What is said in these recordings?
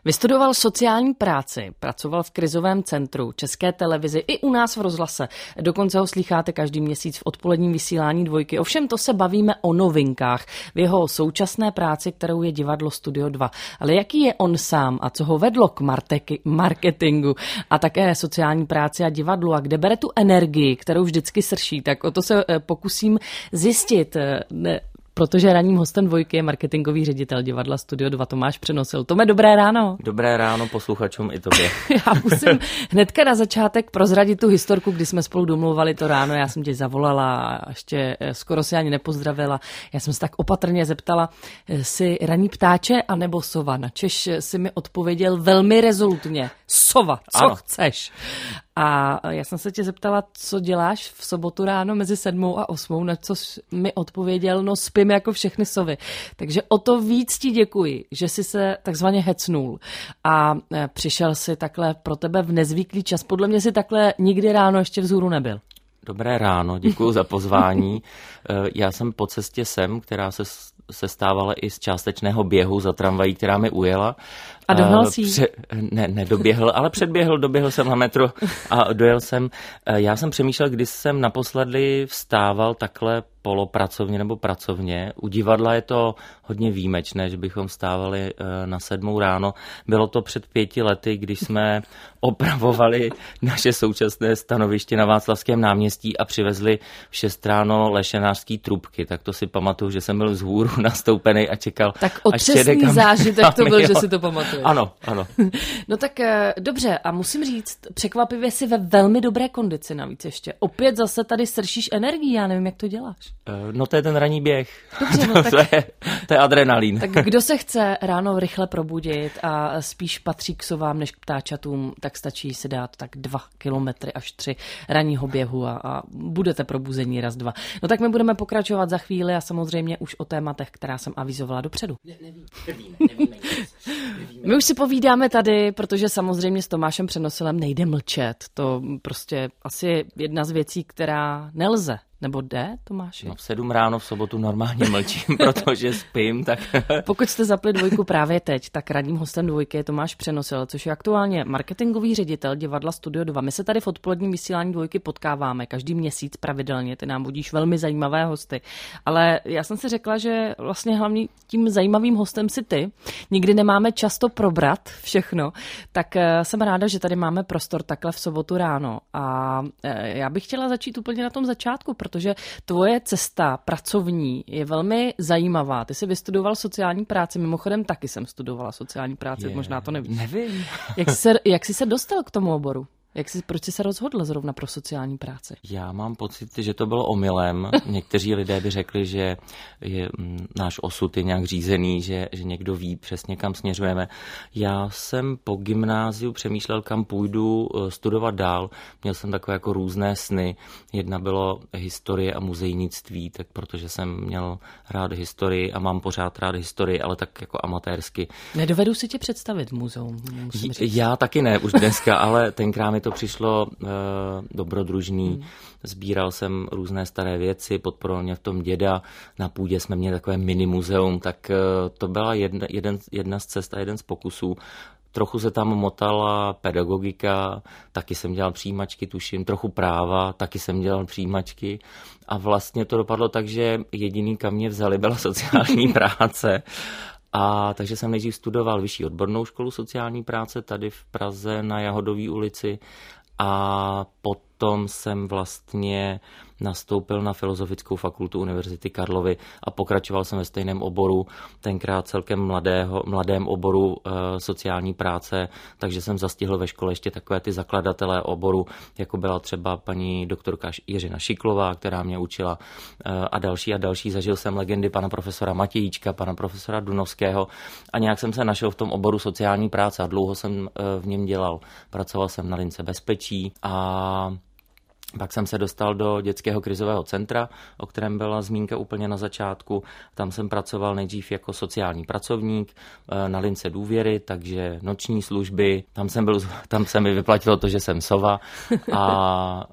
Vystudoval sociální práci, pracoval v krizovém centru, České televizi i u nás v rozhlase. Dokonce ho slýcháte každý měsíc v odpoledním vysílání Dvojky. Ovšem to se bavíme o novinkách v jeho současné práci, kterou je divadlo Studio 2. Ale jaký je on sám a co ho vedlo k marketingu a také sociální práci a divadlu a kde bere tu energii, kterou vždycky srší, tak o to se pokusím zjistit. Protože ranním hostem Dvojky je marketingový ředitel divadla Studio 2 Tomáš Přenosil. Tome, dobré ráno. Dobré ráno posluchačům i tobě. Já musím hnedka na začátek prozradit tu historku, kdy jsme spolu domluvali to ráno. Já jsem tě zavolala a ještě skoro si ani nepozdravila. Já jsem se tak opatrně zeptala, jsi raní ptáče anebo sova? Načež si mi odpověděl velmi rezolutně. Sova, co ano. Chceš? A já jsem se tě zeptala, co děláš v sobotu ráno mezi 7 a 8, na co mi odpověděl, no spím jako všechny sovy. Takže o to víc ti děkuji, že jsi se takzvaně hecnul a přišel si takhle pro tebe v nezvyklý čas. Podle mě si takhle nikdy ráno ještě vzhůru nebyl. Dobré ráno, děkuji za pozvání. Já jsem po cestě sem, která se sestávala i z částečného běhu za tramvají, která mi ujela. A dohnal jsi? Nedoběhl, ale doběhl jsem na metro a dojel jsem. Já jsem přemýšlel, když jsem naposledy vstával takhle polopracovně nebo pracovně. U divadla je to hodně výjimečné, že bychom vstávali na 7 ráno. Bylo to před 5 lety, když jsme opravovali naše současné stanoviště na Václavském náměstí a přivezli v 6 ráno lešenářský trubky. Tak to si pamatuju, že jsem byl vzhůru nastoupený a čekal. Tak otřesný zážitek to byl, že si to pamatuješ. Ano. No tak dobře, a musím říct, překvapivě si ve velmi dobré kondici navíc ještě. Opět zase tady sršíš energii, já nevím, jak to děláš. No to je ten ranní běh. Dobře, no tak... to je adrenalín. Tak kdo se chce ráno rychle probudit a spíš patří k sovám než k ptáčatům, tak stačí si dát tak 2 kilometry až 3 ranního běhu a budete probuzení raz, 2. No tak my budeme pokračovat za chvíli a samozřejmě už o tématech, která jsem avizovala dopředu. Nevíme. My už si povídáme tady, protože samozřejmě s Tomášem Přenosilem nejde mlčet. To prostě asi je jedna z věcí, která nelze. Nebo jde, Tomáši? No v 7 ráno v sobotu normálně mlčím, protože spím, tak... Pokud jste zapli Dvojku právě teď, tak ranním hostem Dvojky je Tomáš Přenosil, což je aktuálně marketingový ředitel divadla Studio 2. My se tady v odpoledním vysílání Dvojky potkáváme každý měsíc pravidelně, ty nám budíš velmi zajímavé hosty. Ale já jsem si řekla, že vlastně hlavně tím zajímavým hostem si ty. Nikdy nemáme často probrat všechno, tak jsem ráda, že tady máme prostor takhle v sobotu ráno. A já bych chtěla začít úplně na tom začátku, protože tvoje cesta pracovní je velmi zajímavá. Ty jsi vystudoval sociální práci, mimochodem taky jsem studovala sociální práci, možná to nevíš. Nevím. Jak jsi se dostal k tomu oboru? Proč jsi se rozhodl zrovna pro sociální práci? Já mám pocit, že to bylo omylem. Někteří lidé by řekli, že náš osud je nějak řízený, že někdo ví přesně, kam směřujeme. Já jsem po gymnáziu přemýšlel, kam půjdu studovat dál. Měl jsem takové jako různé sny. Jedna bylo historie a muzejnictví, tak protože jsem měl rád historii a mám pořád rád historii, ale tak jako amatérsky. Nedovedu si tě představit v muzeu. Já taky ne už dneska, ale tenkrát mi to přišlo dobrodružný. Sbíral jsem různé staré věci, podporoval mě v tom děda. Na půdě jsme měli takové mini muzeum, tak to byla jedna z cest a jeden z pokusů. Trochu se tam motala pedagogika, taky jsem dělal přijímačky, tuším, trochu práva, taky jsem dělal přijímačky. A vlastně to dopadlo tak, že jediný, kam mě vzali, byla sociální práce. A takže jsem nejdřív studoval vyšší odbornou školu sociální práce tady v Praze na Jahodové ulici a potom jsem vlastně nastoupil na Filozofickou fakultu Univerzity Karlovy a pokračoval jsem ve stejném oboru, tenkrát celkem mladém oboru sociální práce, takže jsem zastihl ve škole ještě takové ty zakladatelé oboru, jako byla třeba paní doktorka Jiřina Šiklová, která mě učila a další. Zažil jsem legendy pana profesora Matějíčka, pana profesora Dunovského a nějak jsem se našel v tom oboru sociální práce a dlouho jsem v něm dělal. Pracoval jsem na lince bezpečí a Pak jsem se dostal do dětského krizového centra, o kterém byla zmínka úplně na začátku. Tam jsem pracoval nejdřív jako sociální pracovník na lince důvěry, takže noční služby. Tam se mi vyplatilo to, že jsem sova. A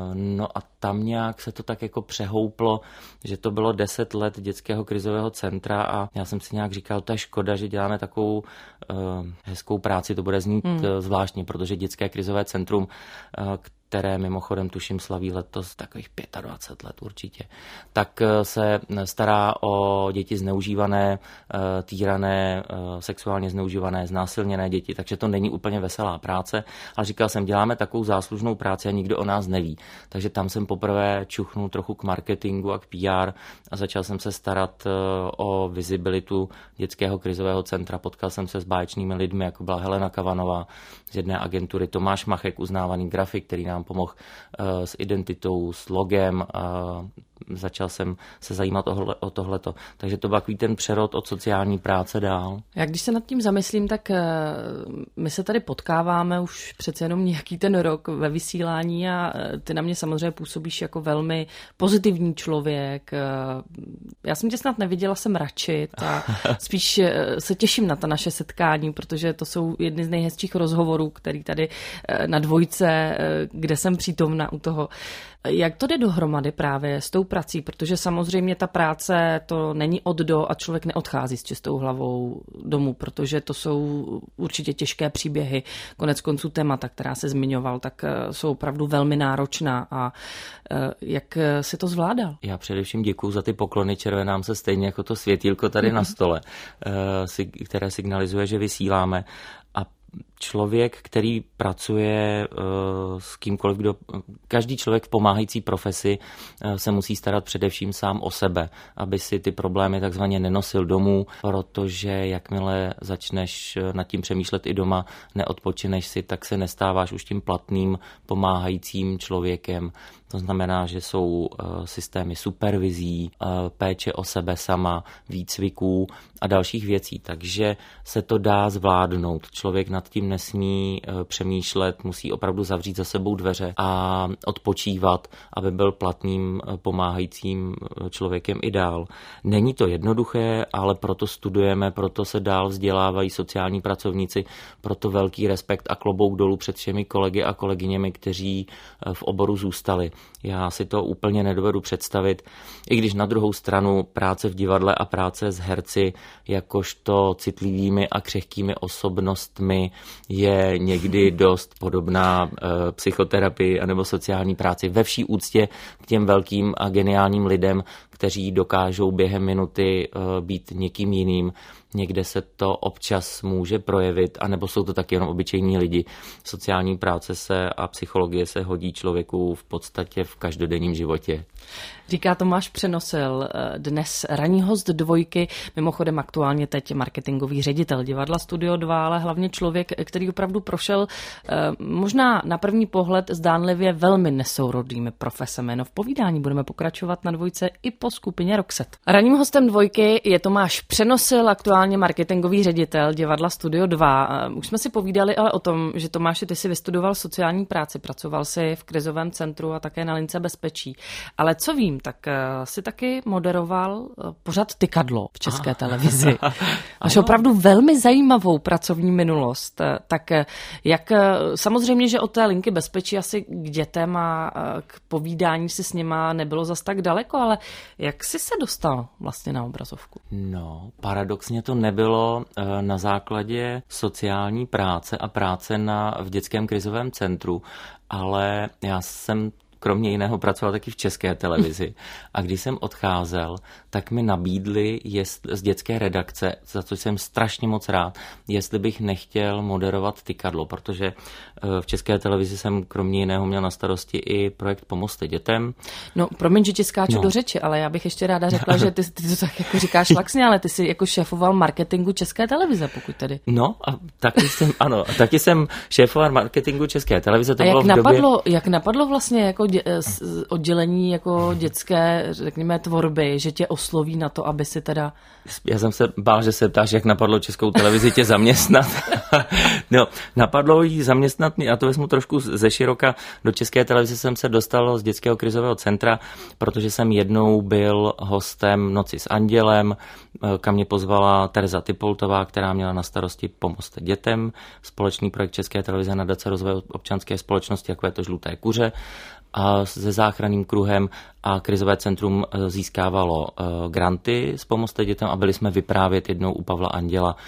tam nějak se to tak jako přehouplo, že to bylo 10 let dětského krizového centra a já jsem si nějak říkal, to je škoda, že děláme takovou hezkou práci, to bude znít zvláštně, protože dětské krizové centrum, které mimochodem tuším slaví letos takových 25 let určitě, tak se stará o děti zneužívané, týrané, sexuálně zneužívané, znásilněné děti, takže to není úplně veselá práce, ale říkal jsem, děláme takovou záslužnou práci a nikdo o nás neví. Takže tam jsem poprvé čuchnul trochu k marketingu a k PR a začal jsem se starat o vizibilitu dětského krizového centra. Potkal jsem se s báječnými lidmi, jako byla Helena Kavanová z jedné agentury, Tomáš Machek, uznávaný grafik, který nám pomohl s identitou, s logem. Začal jsem se zajímat o tohleto. Takže to byl takový ten přerod od sociální práce dál. Já když se nad tím zamyslím, tak my se tady potkáváme už přece jenom nějaký ten rok ve vysílání a ty na mě samozřejmě působíš jako velmi pozitivní člověk. Já jsem tě snad neviděla se mračit a spíš se těším na ta naše setkání, protože to jsou jedny z nejhezčích rozhovorů, který tady na Dvojce, kde jsem přítomna u toho. Jak to jde dohromady právě s tou prací? Protože samozřejmě ta práce to není od do a člověk neodchází s čistou hlavou domů, protože to jsou určitě těžké příběhy. Konec konců témata, která se zmiňoval, tak jsou opravdu velmi náročná. A jak si to zvládal? Já především děkuju za ty poklony, červenám se stejně jako to světýlko tady na stole, které signalizuje, že vysíláme. A člověk, který pracuje s kýmkoliv, každý člověk v pomáhající profesi se musí starat především sám o sebe, aby si ty problémy takzvaně nenosil domů, protože jakmile začneš nad tím přemýšlet i doma, neodpočineš si, tak se nestáváš už tím platným pomáhajícím člověkem. To znamená, že jsou systémy supervizí, péče o sebe sama, výcviků a dalších věcí, takže se to dá zvládnout. Člověk nad tím nesmí přemýšlet, musí opravdu zavřít za sebou dveře a odpočívat, aby byl platným pomáhajícím člověkem i dál. Není to jednoduché, ale proto studujeme, proto se dál vzdělávají sociální pracovníci, proto velký respekt a klobouk dolů před všemi kolegy a kolegyněmi, kteří v oboru zůstali. Já si to úplně nedovedu představit, i když na druhou stranu práce v divadle a práce s herci jakožto citlivými a křehkými osobnostmi je někdy dost podobná psychoterapii anebo sociální práci. Ve vší úctě k těm velkým a geniálním lidem, kteří dokážou během minuty být někým jiným. Někde se to občas může projevit, anebo jsou to taky jenom obyčejní lidi. Sociální práce a psychologie se hodí člověku v podstatě v každodenním životě. Říká Tomáš Přenosil, dnes ranní host Dvojky, mimochodem aktuálně teď marketingový ředitel divadla Studio 2, ale hlavně člověk, který opravdu prošel možná na první pohled zdánlivě velmi nesourodými profesemi. No v povídání budeme pokračovat na Dvojce i po skupině Roxette. Ranním hostem Dvojky je Tomáš Přenosil, aktuálně marketingový ředitel divadla Studio 2. Už jsme si povídali ale o tom, že Tomáši, ty si vystudoval sociální práci, pracoval si v krizovém centru a také na lince bezpečí. Ale co vím, tak si taky moderoval pořad Tykadlo v České televizi. Máš opravdu velmi zajímavou pracovní minulost. Tak jak samozřejmě, že od té linky bezpečí asi k dětem a k povídání si s nima nebylo zas tak daleko, ale jak jsi se dostal vlastně na obrazovku? No, paradoxně to nebylo na základě sociální práce a práce v dětském krizovém centru, ale já jsem kromě jiného pracoval taky v České televizi. A když jsem odcházel, tak mi nabídli z dětské redakce, za co jsem strašně moc rád, jestli bych nechtěl moderovat Tykadlo, protože v České televizi jsem kromě jiného měl na starosti i projekt Pomozte dětem. No, promiň, že ti skáču do řeči, ale já bych ještě ráda řekla, že ty to tak jako říkáš laxně, ale ty jsi jako šéfoval marketingu České televize, pokud tedy. No, a taky jsem šéfoval marketingu České televize. To bylo jak napadlo vlastně jako oddělení jako dětské, řekněme, tvorby, že tě osloví na to, aby si teda... Já jsem se bál, že se ptáš, jak napadlo Českou televizi tě zaměstnat. No, napadlo jí zaměstnat, já to vezmu trošku ze široka, do České televize jsem se dostal z dětského krizového centra, protože jsem jednou byl hostem Noci s andělem, kam mě pozvala Tereza Typoltová, která měla na starosti Pomozte dětem, společný projekt České televize nadace rozvoje občanské společnosti, jako je to Žluté kuře, a se záchranným kruhem, a krizové centrum získávalo granty z Pomozte dětem a byli jsme vyprávět jednou u Pavla Anděla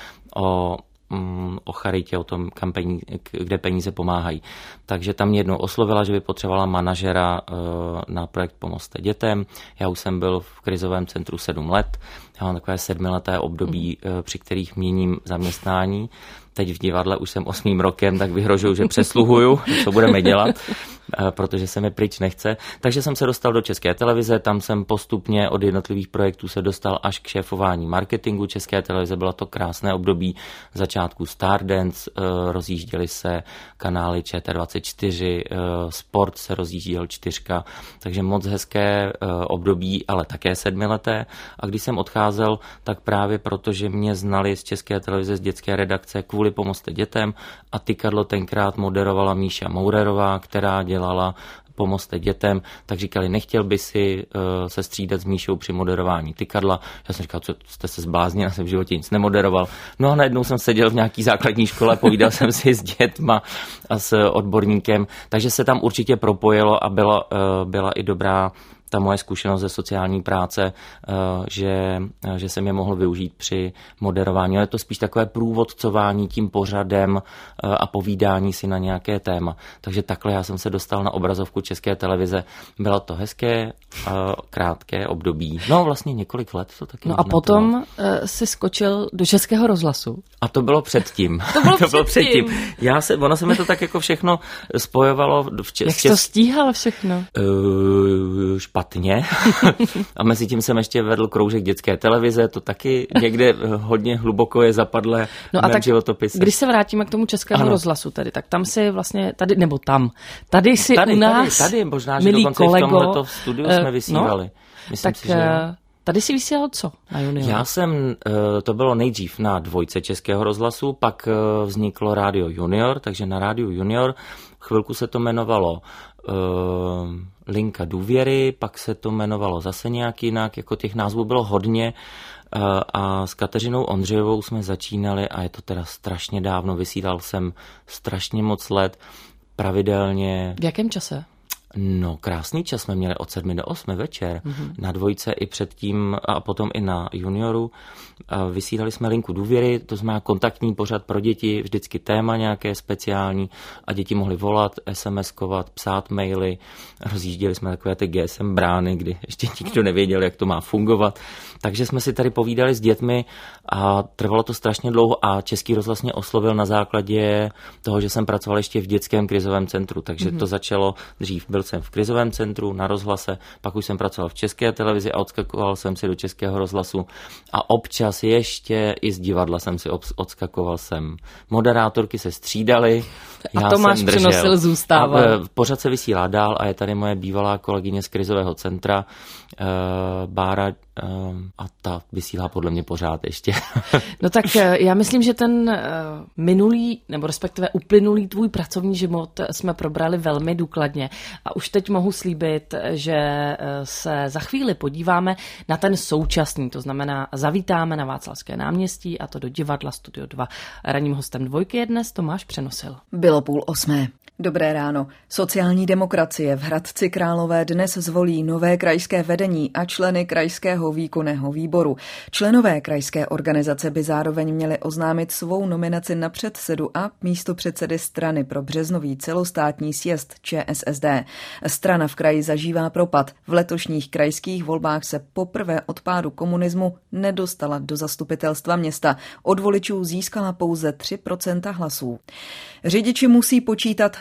o charitě, o tom, kde peníze pomáhají. Takže tam mě jednou oslovila, že by potřebovala manažera na projekt Pomozte dětem. Já už jsem byl v krizovém centru 7 let. Já mám takové 7leté období, při kterých měním zaměstnání. Teď v divadle už jsem 8. rokem, tak vyhrožuju, že přesluhuju, co budeme dělat, protože se mi pryč nechce. Takže jsem se dostal do České televize, tam jsem postupně od jednotlivých projektů se dostal až k šéfování marketingu České televize. Bylo to krásné období začátku Stardance, rozjížděly se kanály ČT24, Sport se rozjížděl 4, takže moc hezké období, ale také 7leté. A když jsem odcházel, tak právě protože mě znali z České televize, z dětské redakce kvůli Pomozte dětem, a Tykadlo tenkrát moderovala Míša Mourerová, která dělala Pomozte dětem, tak říkali, nechtěl by si se střídat s Míšou při moderování Tykadla. Já jsem říkal, co jste se zbláznil, já jsem v životě nic nemoderoval. No a najednou jsem seděl v nějaký základní škole, povídal jsem si s dětma a s odborníkem, takže se tam určitě propojilo a byla i dobrá ta moje zkušenost ze sociální práce, že jsem je mohl využít při moderování. Ale je to spíš takové průvodcování tím pořadem a povídání si na nějaké téma. Takže takhle já jsem se dostal na obrazovku České televize. Bylo to hezké, krátké období. No vlastně několik let to taky. No a potom si skočil do Českého rozhlasu. A to bylo předtím. To bylo předtím. Ono se mi to tak jako všechno spojovalo. Jak jsi to stíhal všechno? Špatně. A mezi tím jsem ještě vedl kroužek dětské televize, to taky někde hodně hluboko je zapadlé v mém životopise. Když se vrátíme k tomu Českému rozhlasu tedy, tak tam si vlastně, tady si u nás, tady možná, že milý dokonce kolego, v tomhleto studiu jsme vysílali. Myslím si, že tady si vysílal co na Junioru? Já jsem, to bylo nejdřív na 2 Českého rozhlasu, pak vzniklo Rádio Junior, takže na Rádiu Junior chvilku se to jmenovalo Linka důvěry, pak se to jmenovalo zase nějak jinak, jako těch názvů bylo hodně, a s Kateřinou Ondřejovou jsme začínali a je to teda strašně dávno, vysílal jsem strašně moc let, pravidelně. V jakém čase? No, krásný čas jsme měli od 7 do 8 večer, na 2 i předtím a potom i na Junioru. Vysílali jsme Linku důvěry, to znamená kontaktní pořad pro děti, vždycky téma nějaké speciální a děti mohly volat, SMS-kovat, psát maily, rozjížděli jsme takové ty GSM brány, kdy ještě nikdo nevěděl, jak to má fungovat. Takže jsme si tady povídali s dětmi a trvalo to strašně dlouho a Český rozhlas mě oslovil na základě toho, že jsem pracoval ještě v dětském krizovém centru, takže to začalo dřív. Byl jsem v krizovém centru na rozhlase, pak už jsem pracoval v České televizi a odskakoval jsem si do Českého rozhlasu a občas ještě i z divadla jsem si odskakoval sem. Moderátorky se střídaly, a Tomáš Přenosil zůstával. Pořad se vysílá dál a je tady moje bývalá kolegyně z krizového centra, Bára, a ta vysílá podle mě pořád ještě. No tak já myslím, že ten minulý, nebo respektive uplynulý tvůj pracovní život jsme probrali velmi důkladně a už teď mohu slíbit, že se za chvíli podíváme na ten současný, to znamená zavítáme na Václavské náměstí a to do divadla Studio 2. Ranním hostem 2 je dnes Tomáš Přenosil. Bylo 7:30. Dobré ráno. Sociální demokracie v Hradci Králové dnes zvolí nové krajské vedení a členy krajského výkonného výboru. Členové krajské organizace by zároveň měli oznámit svou nominaci na předsedu a místopředsedy strany pro březnový celostátní sjezd ČSSD. Strana v kraji zažívá propad. V letošních krajských volbách se poprvé od pádu komunismu nedostala do zastupitelstva města. Od voličů získala pouze 3% hlasů. Řidiči musí počítat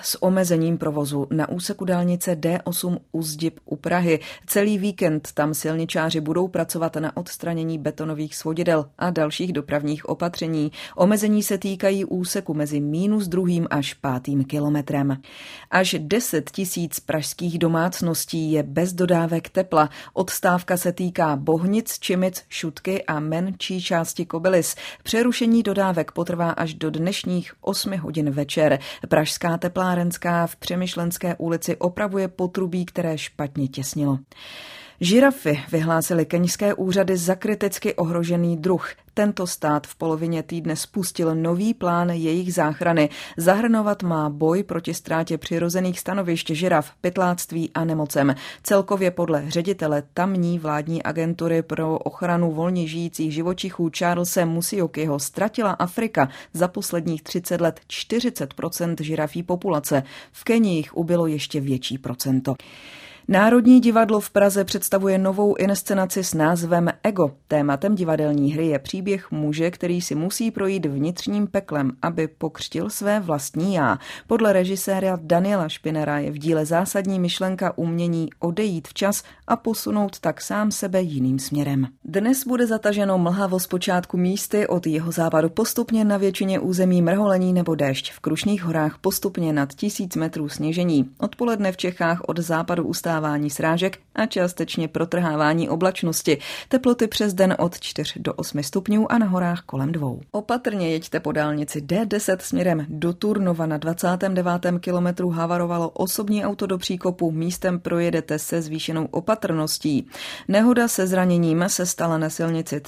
s omezením provozu na úseku dálnice D8 Úzdib u Prahy. Celý víkend tam silničáři budou pracovat na odstranění betonových svodidel a dalších dopravních opatření. Omezení se týkají úseku mezi -2. až 5. kilometrem. Až 10 000 pražských domácností je bez dodávek tepla. Odstávka se týká Bohnic, Čimic, Šutky a menší části Kobylis. Přerušení dodávek potrvá až do dnešních 8 hodin večer. Pražská teplárenská v Přemyšlenské ulici opravuje potrubí, které špatně těsnilo. Žirafy vyhlásily keňské úřady za kriticky ohrožený druh. Tento stát v polovině týdne spustil nový plán jejich záchrany. Zahrnovat má boj proti ztrátě přirozených stanovišť žiraf, pytláctví a nemocem. Celkově podle ředitele tamní vládní agentury pro ochranu volně žijících živočichů Charlese Musiokiho ztratila Afrika za posledních 30 let 40% žirafí populace. V Keni jich ubylo ještě větší procento. Národní divadlo v Praze představuje novou inscenaci s názvem Ego. Tématem divadelní hry je příběh muže, který si musí projít vnitřním peklem, aby pokřtil své vlastní já. Podle režiséra Daniela Špinera je v díle zásadní myšlenka umění odejít včas a posunout tak sám sebe jiným směrem. Dnes bude zataženo mlhavo zpočátku místy, od jihozápadu postupně na většině území mrholení nebo déšť. V Krušných horách postupně nad 1000 metrů sněžení. Odpoledne v Čechách od západu ustávání srážek a částečně protrhávání oblačnosti. Teploty přes den od 4 do 8 stupňů a na horách kolem 2. Opatrně jeďte po dálnici D10 směrem do Turnova. Na 29. kilometru havarovalo osobní auto do příkopu. Místem projedete se zvýšenou opatrností. Nehoda se zraněním se stala na silnici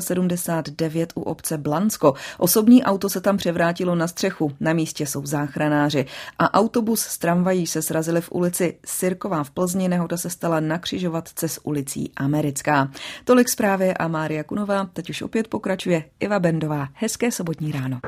379 u obce Blansko. Osobní auto se tam převrátilo na střechu. Na místě jsou záchranáři. A autobus s tramvají se srazili v ulici Sirková v Plzni. Nehoda se stala na křižovatce s ulicí Americká. Tolik zprávy a Mária Kunová. Teď už opět pokračuje Iva Bendová. Hezké sobotní ráno.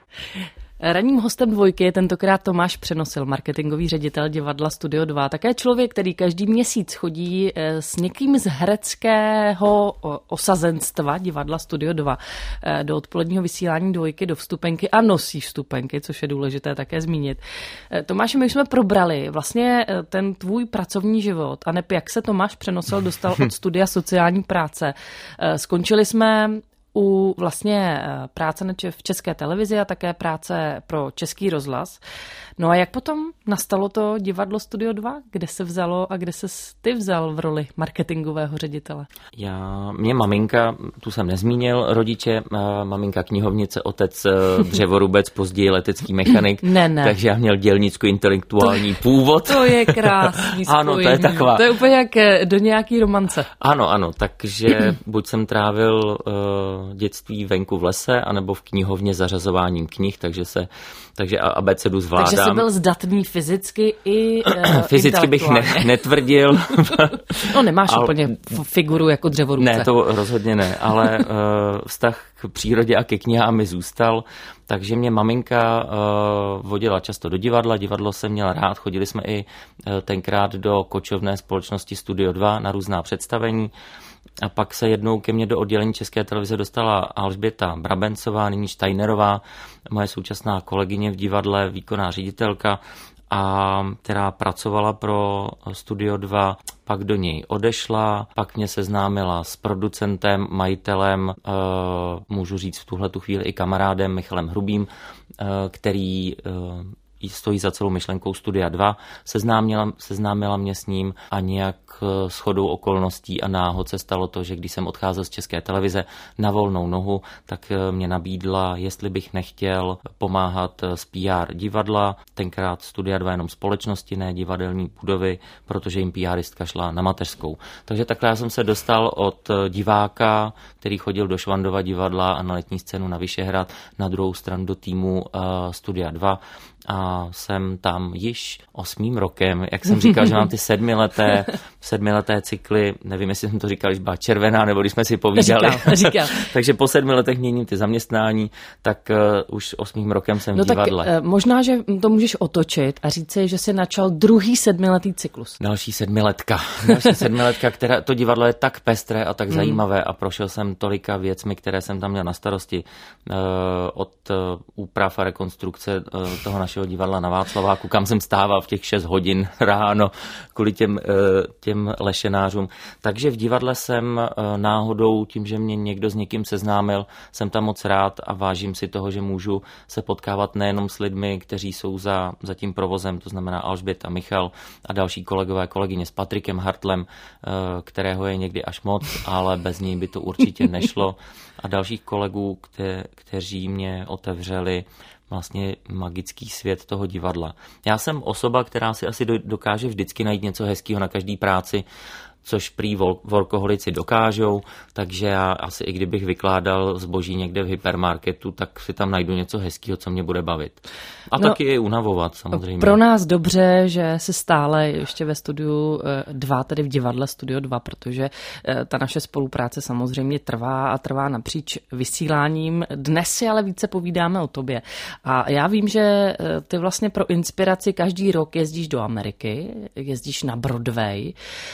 Ranním hostem Dvojky je tentokrát Tomáš Přenosil, marketingový ředitel divadla Studio 2. Také člověk, který každý měsíc chodí s někým z hereckého osazenstva divadla Studio 2 do odpoledního vysílání Dvojky, do vstupenky a nosí vstupenky, což je důležité také zmínit. Tomáši, my jsme probrali vlastně ten tvůj pracovní život a neb jak se Tomáš Přenosil dostal od studia sociální práce. Skončili jsme u vlastně práce v České televizi a také práce pro Český rozhlas. No a jak potom nastalo to divadlo Studio 2? Kde se vzalo a kde se ty vzal v roli marketingového ředitele? Mě maminka, tu jsem nezmínil, rodiče, maminka knihovnice, otec dřevorubec, později letecký mechanik. Ne. Takže já měl dělnicko-intelektuální původ. To je krásný spojení. Ano, to je taková. To je úplně jak do nějaký romance. Ano, takže buď jsem trávil dětství venku v lese, anebo v knihovně zařazováním knih, takže abecedu zvládám. Takže jsi byl zdatný fyzicky i fyzicky bych netvrdil. No nemáš úplně figuru jako dřevorubce. Ne, to rozhodně ne, ale vztah k přírodě a ke knihám mi zůstal, takže mě maminka vodila často do divadla, divadlo jsem měl rád, chodili jsme i tenkrát do kočovné společnosti Studio 2 na různá představení. A pak se jednou ke mně do oddělení České televize dostala Alžběta Brabencová, nyní Steinerová, moje současná kolegyně v divadle, výkonná ředitelka, a která pracovala pro Studio 2, pak do něj odešla, pak mě seznámila s producentem, majitelem, můžu říct v tuhletu chvíli i kamarádem Michalem Hrubým, který stojí za celou myšlenkou Studia 2, seznámila mě s ním a nějak shodou okolností a náhod se stalo to, že když jsem odcházel z České televize na volnou nohu, tak mě nabídla, jestli bych nechtěl pomáhat s PR divadla, tenkrát Studia 2 jenom společnosti, ne divadelní budovy, protože jim PRistka šla na mateřskou. Takže takhle já jsem se dostal od diváka, který chodil do Švandova divadla a na letní scénu na Vyšehrad, na druhou stranu do týmu Studia 2 a jsem tam již 8. rokem, jak jsem říkal, že mám ty sedmileté cykly, nevím, jestli jsem to říkal, když byla červená, nebo když jsme si povídali. Říkal. Takže po 7 letech měním ty zaměstnání, tak už 8. rokem jsem v divadle. Tak možná, že to můžeš otočit a říct si, že jsi načal druhý 7letý cyklus. Další sedmiletka, která to divadlo je tak pestré a tak zajímavé a prošel jsem tolika věcmi, které jsem tam měl na starosti od úprav a rekonstrukce toho našeho divadla na Václaváku, kam jsem stával v těch 6 hodin ráno kvůli těm lešenářům. Takže v divadle jsem náhodou, tím, že mě někdo s někým seznámil, jsem tam moc rád a vážím si toho, že můžu se potkávat nejenom s lidmi, kteří jsou za tím provozem, to znamená Alžběta, Michal a další kolegové, kolegyně s Patrikem Hartlem, kterého je někdy až moc, ale bez něj by to určitě nešlo. A dalších kolegů, kteří mě otevřeli vlastně magický svět toho divadla. Já jsem osoba, která si asi dokáže vždycky najít něco hezkého na každý práci, což prý workoholici dokážou, takže já asi i kdybych vykládal zboží někde v hypermarketu, tak si tam najdu něco hezkého, co mě bude bavit. A taky je unavovat samozřejmě. Pro nás dobře, že se stále ještě ve studiu 2, tedy v divadle Studio 2, protože ta naše spolupráce samozřejmě trvá a trvá napříč vysíláním. Dnes si ale více povídáme o tobě. A já vím, že ty vlastně pro inspiraci každý rok jezdíš do Ameriky, jezdíš na Broadway.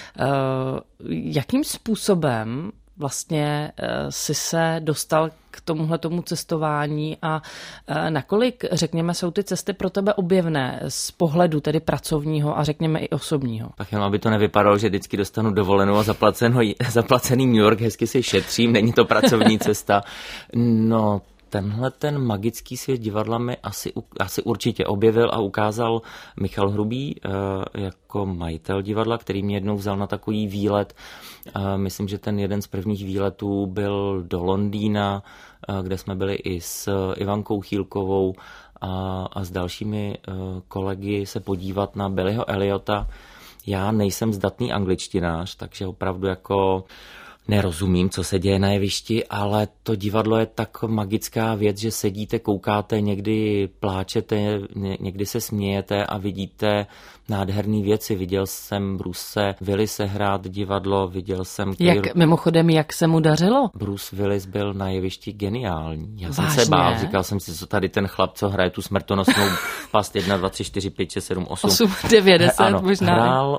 Jakým způsobem vlastně si se dostal k tomuhletomu cestování a nakolik, řekněme, jsou ty cesty pro tebe objevné z pohledu tedy pracovního a řekněme i osobního? Tak jenom, aby to nevypadalo, že vždycky dostanu dovolenou a zaplacený New York, hezky si šetřím, není to pracovní cesta. No, ten magický svět divadla mi asi určitě objevil a ukázal Michal Hrubý jako majitel divadla, který mě jednou vzal na takový výlet. Myslím, že ten jeden z prvních výletů byl do Londýna, kde jsme byli i s Ivankou Chýlkovou a s dalšími kolegy se podívat na Billyho Eliota. Já nejsem zdatný angličtinář, takže opravdu jako nerozumím, co se děje na jevišti, ale to divadlo je tak magická věc, že sedíte, koukáte, někdy pláčete, někdy se smějete a vidíte nádherné věci. Viděl jsem Bruce Willise hrát divadlo, viděl jsem... Mimochodem, jak se mu dařilo? Bruce Willis byl na jevišti geniální. Já jsem se bál, říkal jsem si, co tady ten chlap, co hraje tu smrtonosnou past 1, 2, 3, 4, 5, 6, 7, 8. 9, 10 ano, možná. Hrál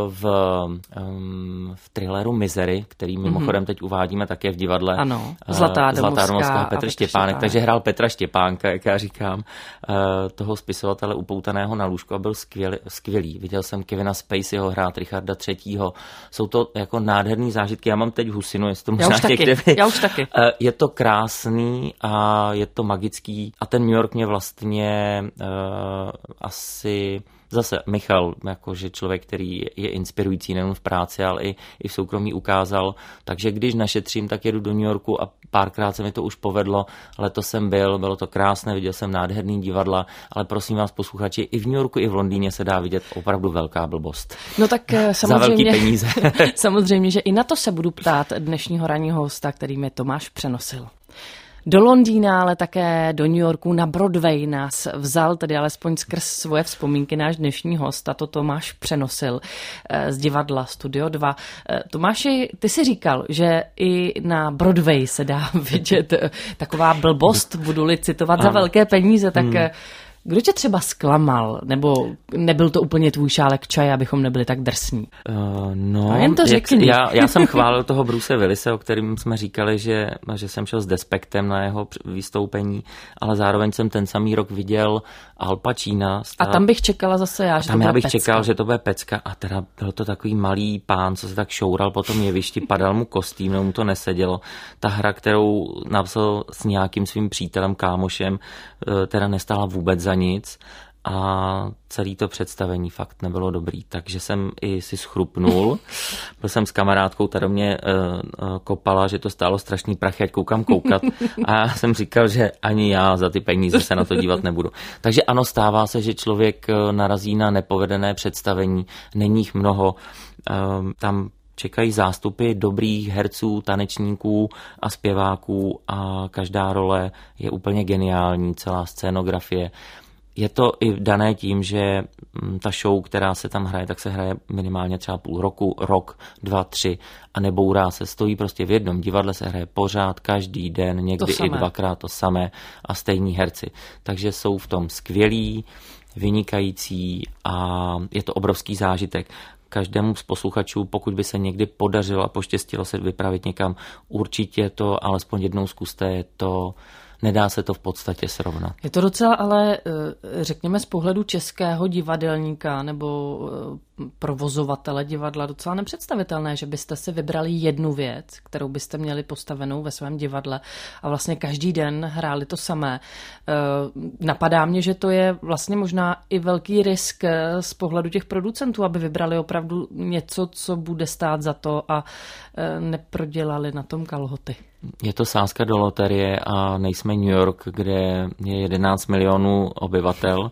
v thrilleru Misery, který mimochodem teď uvádíme také v divadle. Ano, Zlatá domovská Petr Štěpánek, takže hrál Petra Štěpánka, jak já říkám, toho spisovatele upoutaného na lůžko a byl skvělý. Viděl jsem Kevina Spaceyho hrát Richarda III. Jsou to jako nádherný zážitky. Já mám teď husinu, jestli to možná Já už taky. Je to krásný a je to magický a ten New York mě vlastně asi... Zase Michal, jakože člověk, který je inspirující nejen v práci, ale i v soukromí ukázal. Takže když našetřím, tak jedu do New Yorku a párkrát se mi to už povedlo. Letos jsem bylo to krásné, viděl jsem nádherný divadla, ale prosím vás posluchači, i v New Yorku, i v Londýně se dá vidět opravdu velká blbost. No tak samozřejmě, za velký peníze. Samozřejmě, že i na to se budu ptát dnešního ranního hosta, kterým je Tomáš Přenosil. Do Londýna, ale také do New Yorku na Broadway nás vzal, tedy alespoň skrz svoje vzpomínky náš dnešní host, a to Tomáš Přenosil z divadla Studio 2. Tomáši, ty jsi říkal, že i na Broadway se dá vidět taková blbost, budu-li citovat, za velké peníze, tak kdo tě třeba zklamal, nebo nebyl to úplně tvůj šálek čaje, abychom nebyli tak drsní? No, jen to řekni. Já jsem chválil toho Bruce Willise, o kterým jsme říkali, že jsem šel s despektem na jeho vystoupení, ale zároveň jsem ten samý rok viděl Al Pacina. A tam bych čekala zase já, že tam to já bych pecka. čekal, že to bude pecka a teda byl to takový malý pán, co se tak šoural po tom jevišti, padal mu kostým, no mu to nesedělo. Ta hra, kterou napsal s nějakým svým přítelem, kámošem, teda nestála vůbec za nic a celé to představení fakt nebylo dobrý, takže jsem i si schrupnul. Byl jsem s kamarádkou, ta do mě kopala, že to stálo strašný prach, ať koukám koukat a já jsem říkal, že ani já za ty peníze se na to dívat nebudu. Takže ano, stává se, že člověk narazí na nepovedené představení, není jich mnoho, tam čekají zástupy dobrých herců, tanečníků a zpěváků a každá role je úplně geniální, celá scénografie. Je to i dané tím, že ta show, která se tam hraje, tak se hraje minimálně třeba půl roku, rok, 2, 3 a nebourá se. Stojí prostě v jednom divadle, se hraje pořád, každý den, někdy i 2krát to samé a stejní herci. Takže jsou v tom skvělí, vynikající a je to obrovský zážitek. Každému z posluchačů, pokud by se někdy podařilo a poštěstilo se vypravit někam, určitě to alespoň jednou zkuste, je to nedá se to v podstatě srovnat. Je to docela ale, řekněme, z pohledu českého divadelníka nebo provozovatele divadla docela nepředstavitelné, že byste si vybrali jednu věc, kterou byste měli postavenou ve svém divadle a vlastně každý den hráli to samé. Napadá mě, že to je vlastně možná i velký risk z pohledu těch producentů, aby vybrali opravdu něco, co bude stát za to a neprodělali na tom kalhoty. Je to sázka do loterie a nejsme New York, kde je 11 milionů obyvatel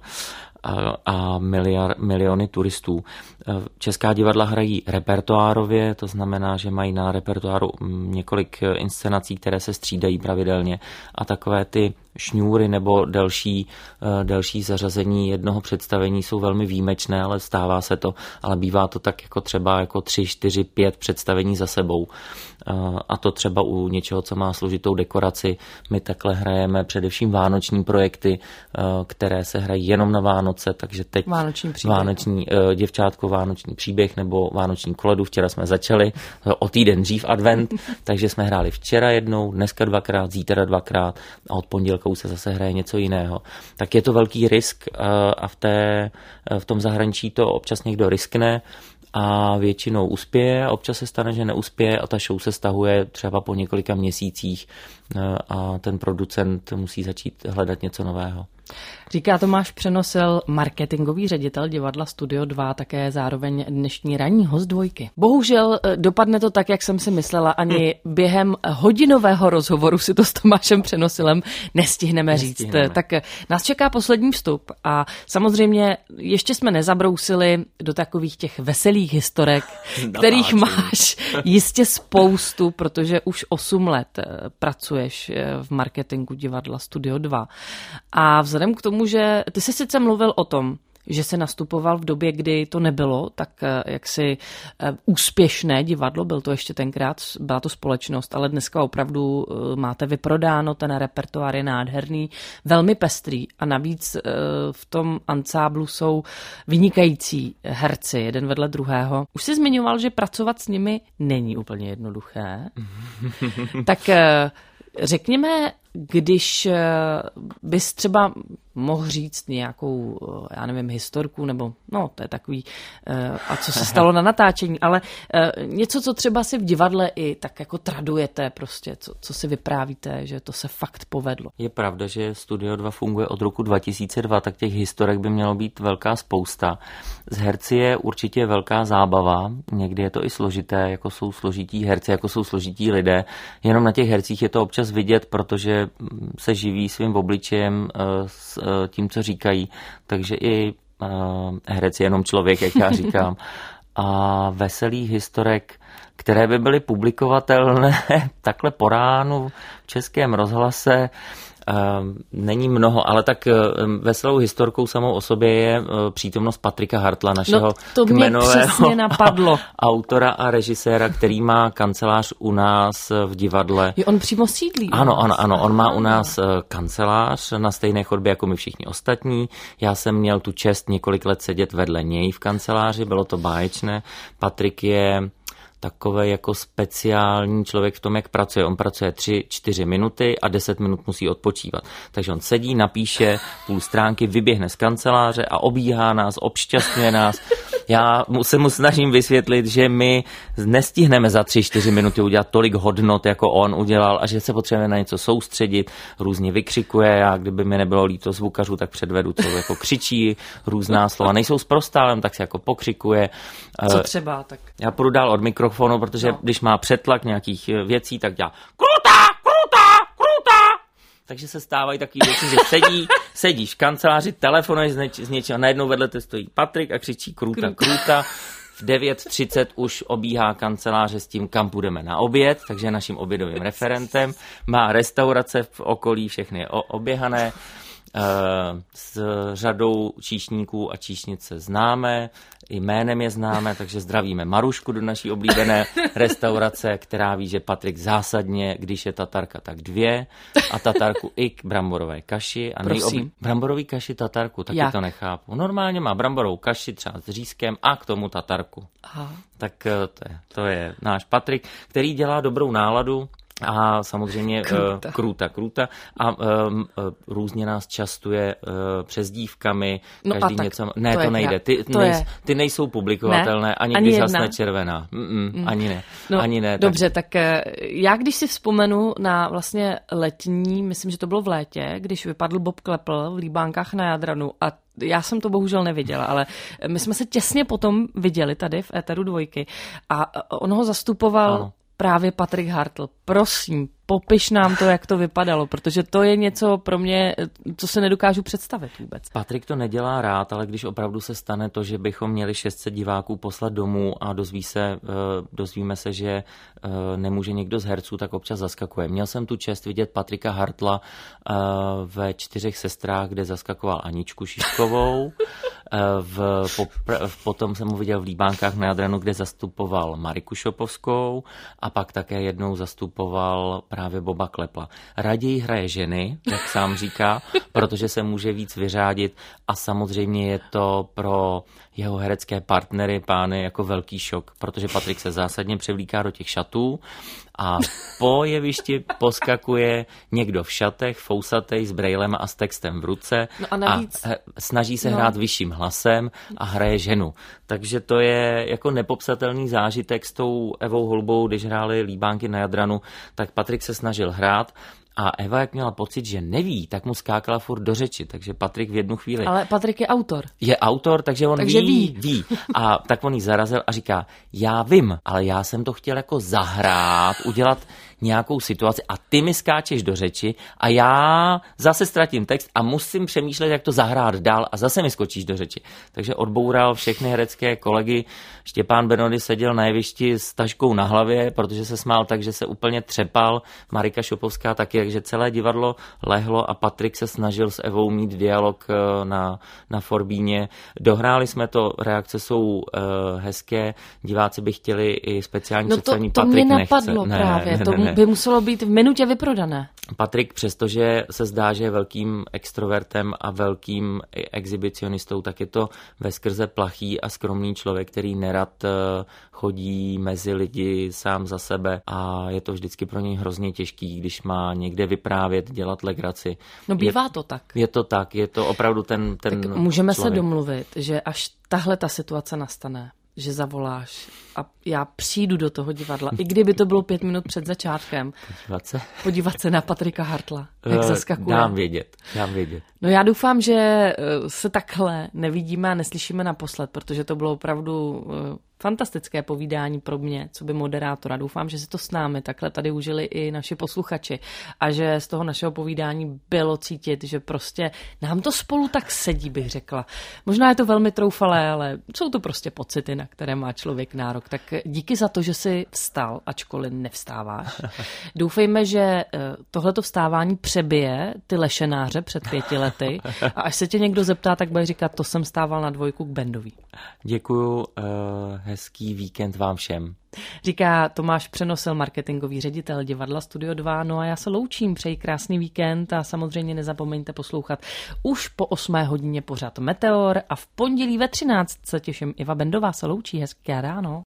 a miliony turistů. Česká divadla hrají repertoárově, to znamená, že mají na repertoáru několik inscenací, které se střídají pravidelně a takové ty šňůry nebo delší zařazení jednoho představení jsou velmi výjimečné, ale stává se to, ale bývá to tak jako třeba 3, 4, 5 představení za sebou. A to třeba u něčeho, co má složitou dekoraci. My takhle hrajeme především vánoční projekty, které se hrají jenom na Vánoce, takže teď děvčátko vánoční příběh nebo vánoční koledu. Včera jsme začali o týden dřív advent, takže jsme hráli včera jednou, dneska 2krát, zítra 2krát a od pondělka už se zase hraje něco jiného. Tak je to velký risk a v tom zahraničí to občas někdo riskne a většinou uspěje a občas se stane, že neuspěje a ta show se stahuje třeba po několika měsících a ten producent musí začít hledat něco nového. Říká Tomáš Přenosil, marketingový ředitel divadla Studio 2, také zároveň dnešní ranní host Dvojky. Bohužel dopadne to tak, jak jsem si myslela, ani během hodinového rozhovoru si to s Tomášem Přenosilem nestihneme říct. Tak nás čeká poslední vstup a samozřejmě ještě jsme nezabrousili do takových těch veselých historek, kterých máš jistě spoustu, protože už 8 let pracuješ v marketingu divadla Studio 2. A vzhledem k tomu, že ty jsi sice mluvil o tom, že se nastupoval v době, kdy to nebylo tak jaksi úspěšné divadlo, byl to ještě tenkrát, byla to společnost, ale dneska opravdu máte vyprodáno, ten repertoár je nádherný, velmi pestrý a navíc v tom ansáblu jsou vynikající herci, jeden vedle druhého. Už jsi zmiňoval, že pracovat s nimi není úplně jednoduché, tak řekněme, když bys třeba mohl říct nějakou, já nevím, historku, nebo no, to je takový, a co se stalo na natáčení, ale něco, co třeba si v divadle i tak jako tradujete prostě, co si vyprávíte, že to se fakt povedlo. Je pravda, že Studio 2 funguje od roku 2002, tak těch historek by mělo být velká spousta. Z herci je určitě velká zábava, někdy je to i složité, jako jsou složití herci, jako jsou složití lidé. Jenom na těch hercích je to občas vidět, protože se živí svým obličejem s tím, co říkají, takže i herec je jenom člověk, jak já říkám. A veselých historek, které by byly publikovatelné takhle po ránu v Českém rozhlase, není mnoho, ale tak veselou historkou samou o sobě je přítomnost Patrika Hartla, našeho kmenového autora a režiséra, který má kancelář u nás v divadle. Jo, on přímo sídlí. Ano, on má u nás kancelář na stejné chodbě jako my všichni ostatní. Já jsem měl tu čest několik let sedět vedle něj v kanceláři, bylo to báječné. Patrik je takový jako speciální člověk v tom, jak pracuje. On pracuje 3-4 minuty a 10 minut musí odpočívat. Takže on sedí, napíše půl stránky, vyběhne z kanceláře a obíhá nás, obšťastňuje nás. Já se mu snažím vysvětlit, že my nestihneme za 3-4 minuty udělat tolik hodnot, jako on udělal a že se potřebujeme na něco soustředit, různě vykřikuje a kdyby mi nebylo líto zvukařů, tak předvedu, co jako křičí, různá slova. Nejsou sprostá, ale tak se jako pokřikuje. Co třeba? Tak. Já půjdu dál od mikrofonu, protože když má přetlak nějakých věcí, tak dělá kruta. Takže se stávají takové věci, že sedíš v kanceláři, telefonuješ z něčeho, najednou vedle te stojí Patrik a křičí kruta. V 9:30 už obíhá kanceláře s tím, kam půjdeme na oběd, takže je naším obědovým referentem. Má restaurace v okolí, všechny oběhané. S řadou číšníků a číšnice známe, jménem je známe, takže zdravíme Marušku do naší oblíbené restaurace, která ví, že Patrik zásadně, když je tatarka, tak 2 a tatarku i k bramborové kaši. A bramborový kaši tatarku, taky jak? To nechápu. Normálně má bramborovou kaši třeba s řízkem a k tomu tatarku. Aha. Tak to je náš Patrik, který dělá dobrou náladu. A samozřejmě Krůta. A různě nás častuje přezdívkami. No každý něco. Ne, to nejde. Ty nejsou publikovatelné, ne? Ani když zasne červená. Ani ne. Dobře, tak já když si vzpomenu na vlastně letní, myslím, že to bylo v létě, když vypadl Bob Klepl v Líbánkách na Jadranu a já jsem to bohužel neviděla, ale my jsme se těsně potom viděli tady v éteru Dvojky a on ho zastupoval právě Patrik Hartl. Prosím, popiš nám to, jak to vypadalo, protože to je něco pro mě, co se nedokážu představit vůbec. Patrik to nedělá rád, ale když opravdu se stane to, že bychom měli 600 diváků poslat domů a dozvíme se, že nemůže někdo z herců, tak občas zaskakuje. Měl jsem tu čest vidět Patrika Hartla ve 4 sestrách, kde zaskakoval Aničku Šiškovou. Potom jsem ho viděl v Líbánkách na Jadranu, kde zastupoval Mariku Šopovskou a pak také jednou zastupoval právě Boba Klepla. Raději hraje ženy, jak sám říká, protože se může víc vyřádit a samozřejmě je to pro jeho herecké partnery, pány, jako velký šok, protože Patrik se zásadně převlíká do těch šatů a po jevišti poskakuje někdo v šatech, fousatej, s brejlem a s textem v ruce a snaží se hrát vyšším hlasem a hraje ženu. Takže to je jako nepopsatelný zážitek s tou Evou Holubovou, když hráli Líbánky na Jadranu, tak Patrik se snažil hrát a Eva, jak měla pocit, že neví, tak mu skákala furt do řeči, takže Patrik v jednu chvíli... Ale Patrik je autor. Je autor, takže on ví. A tak on jí zarazil a říká, já vím, ale já jsem to chtěl jako zahrát, udělat nějakou situaci a ty mi skáčeš do řeči a já zase ztratím text a musím přemýšlet, jak to zahrát dál a zase mi skočíš do řeči. Takže odboural všechny herecké kolegy. Štěpán Benody seděl na jevišti s taškou na hlavě, protože se smál tak, že se úplně třepal. Marika Šopovská taky, takže celé divadlo lehlo a Patrik se snažil s Evou mít dialog na Forbíně. Dohráli jsme to, reakce jsou hezké, diváci by chtěli i speciální představení. To Patrik mě napadlo nechce. právě, to by muselo být v minutě vyprodané. Patrik, přestože se zdá, že je velkým extrovertem a velkým exhibicionistou, tak je to veskrze plachý a skromný člověk, který nerad chodí mezi lidi sám za sebe a je to vždycky pro něj hrozně těžký, když má někde vyprávět, dělat legraci. No bývá to tak. Je to tak, je to opravdu ten tak můžeme člověk. Se domluvit, že až tahle ta situace nastane, že zavoláš a já přijdu do toho divadla, i kdyby to bylo 5 minut před začátkem. Podívat se na Patrika Hartla, jak zaskakuje. Dám vědět. No já doufám, že se takhle nevidíme a neslyšíme naposled, protože to bylo opravdu fantastické povídání pro mě, co by moderátora. Doufám, že si to s námi takhle tady užili i naši posluchači a že z toho našeho povídání bylo cítit, že prostě nám to spolu tak sedí, bych řekla. Možná je to velmi troufalé, ale jsou to prostě pocity, na které má člověk nárok. Tak díky za to, že jsi vstal, ačkoliv nevstáváš. Doufejme, že tohleto vstávání přebije ty lešenáře před 5 lety a až se tě někdo zeptá, tak bude říkat, to jsem stával na Dvojku k Bendový. Děkuju, hezký víkend vám všem. Říká Tomáš Přenosil, marketingový ředitel divadla Studio 2. No a já se loučím, přeji krásný víkend a samozřejmě nezapomeňte poslouchat už po 8 hodině pořad Meteor a v pondělí ve 13 se těším. Iva Bendová se loučí, hezké ráno.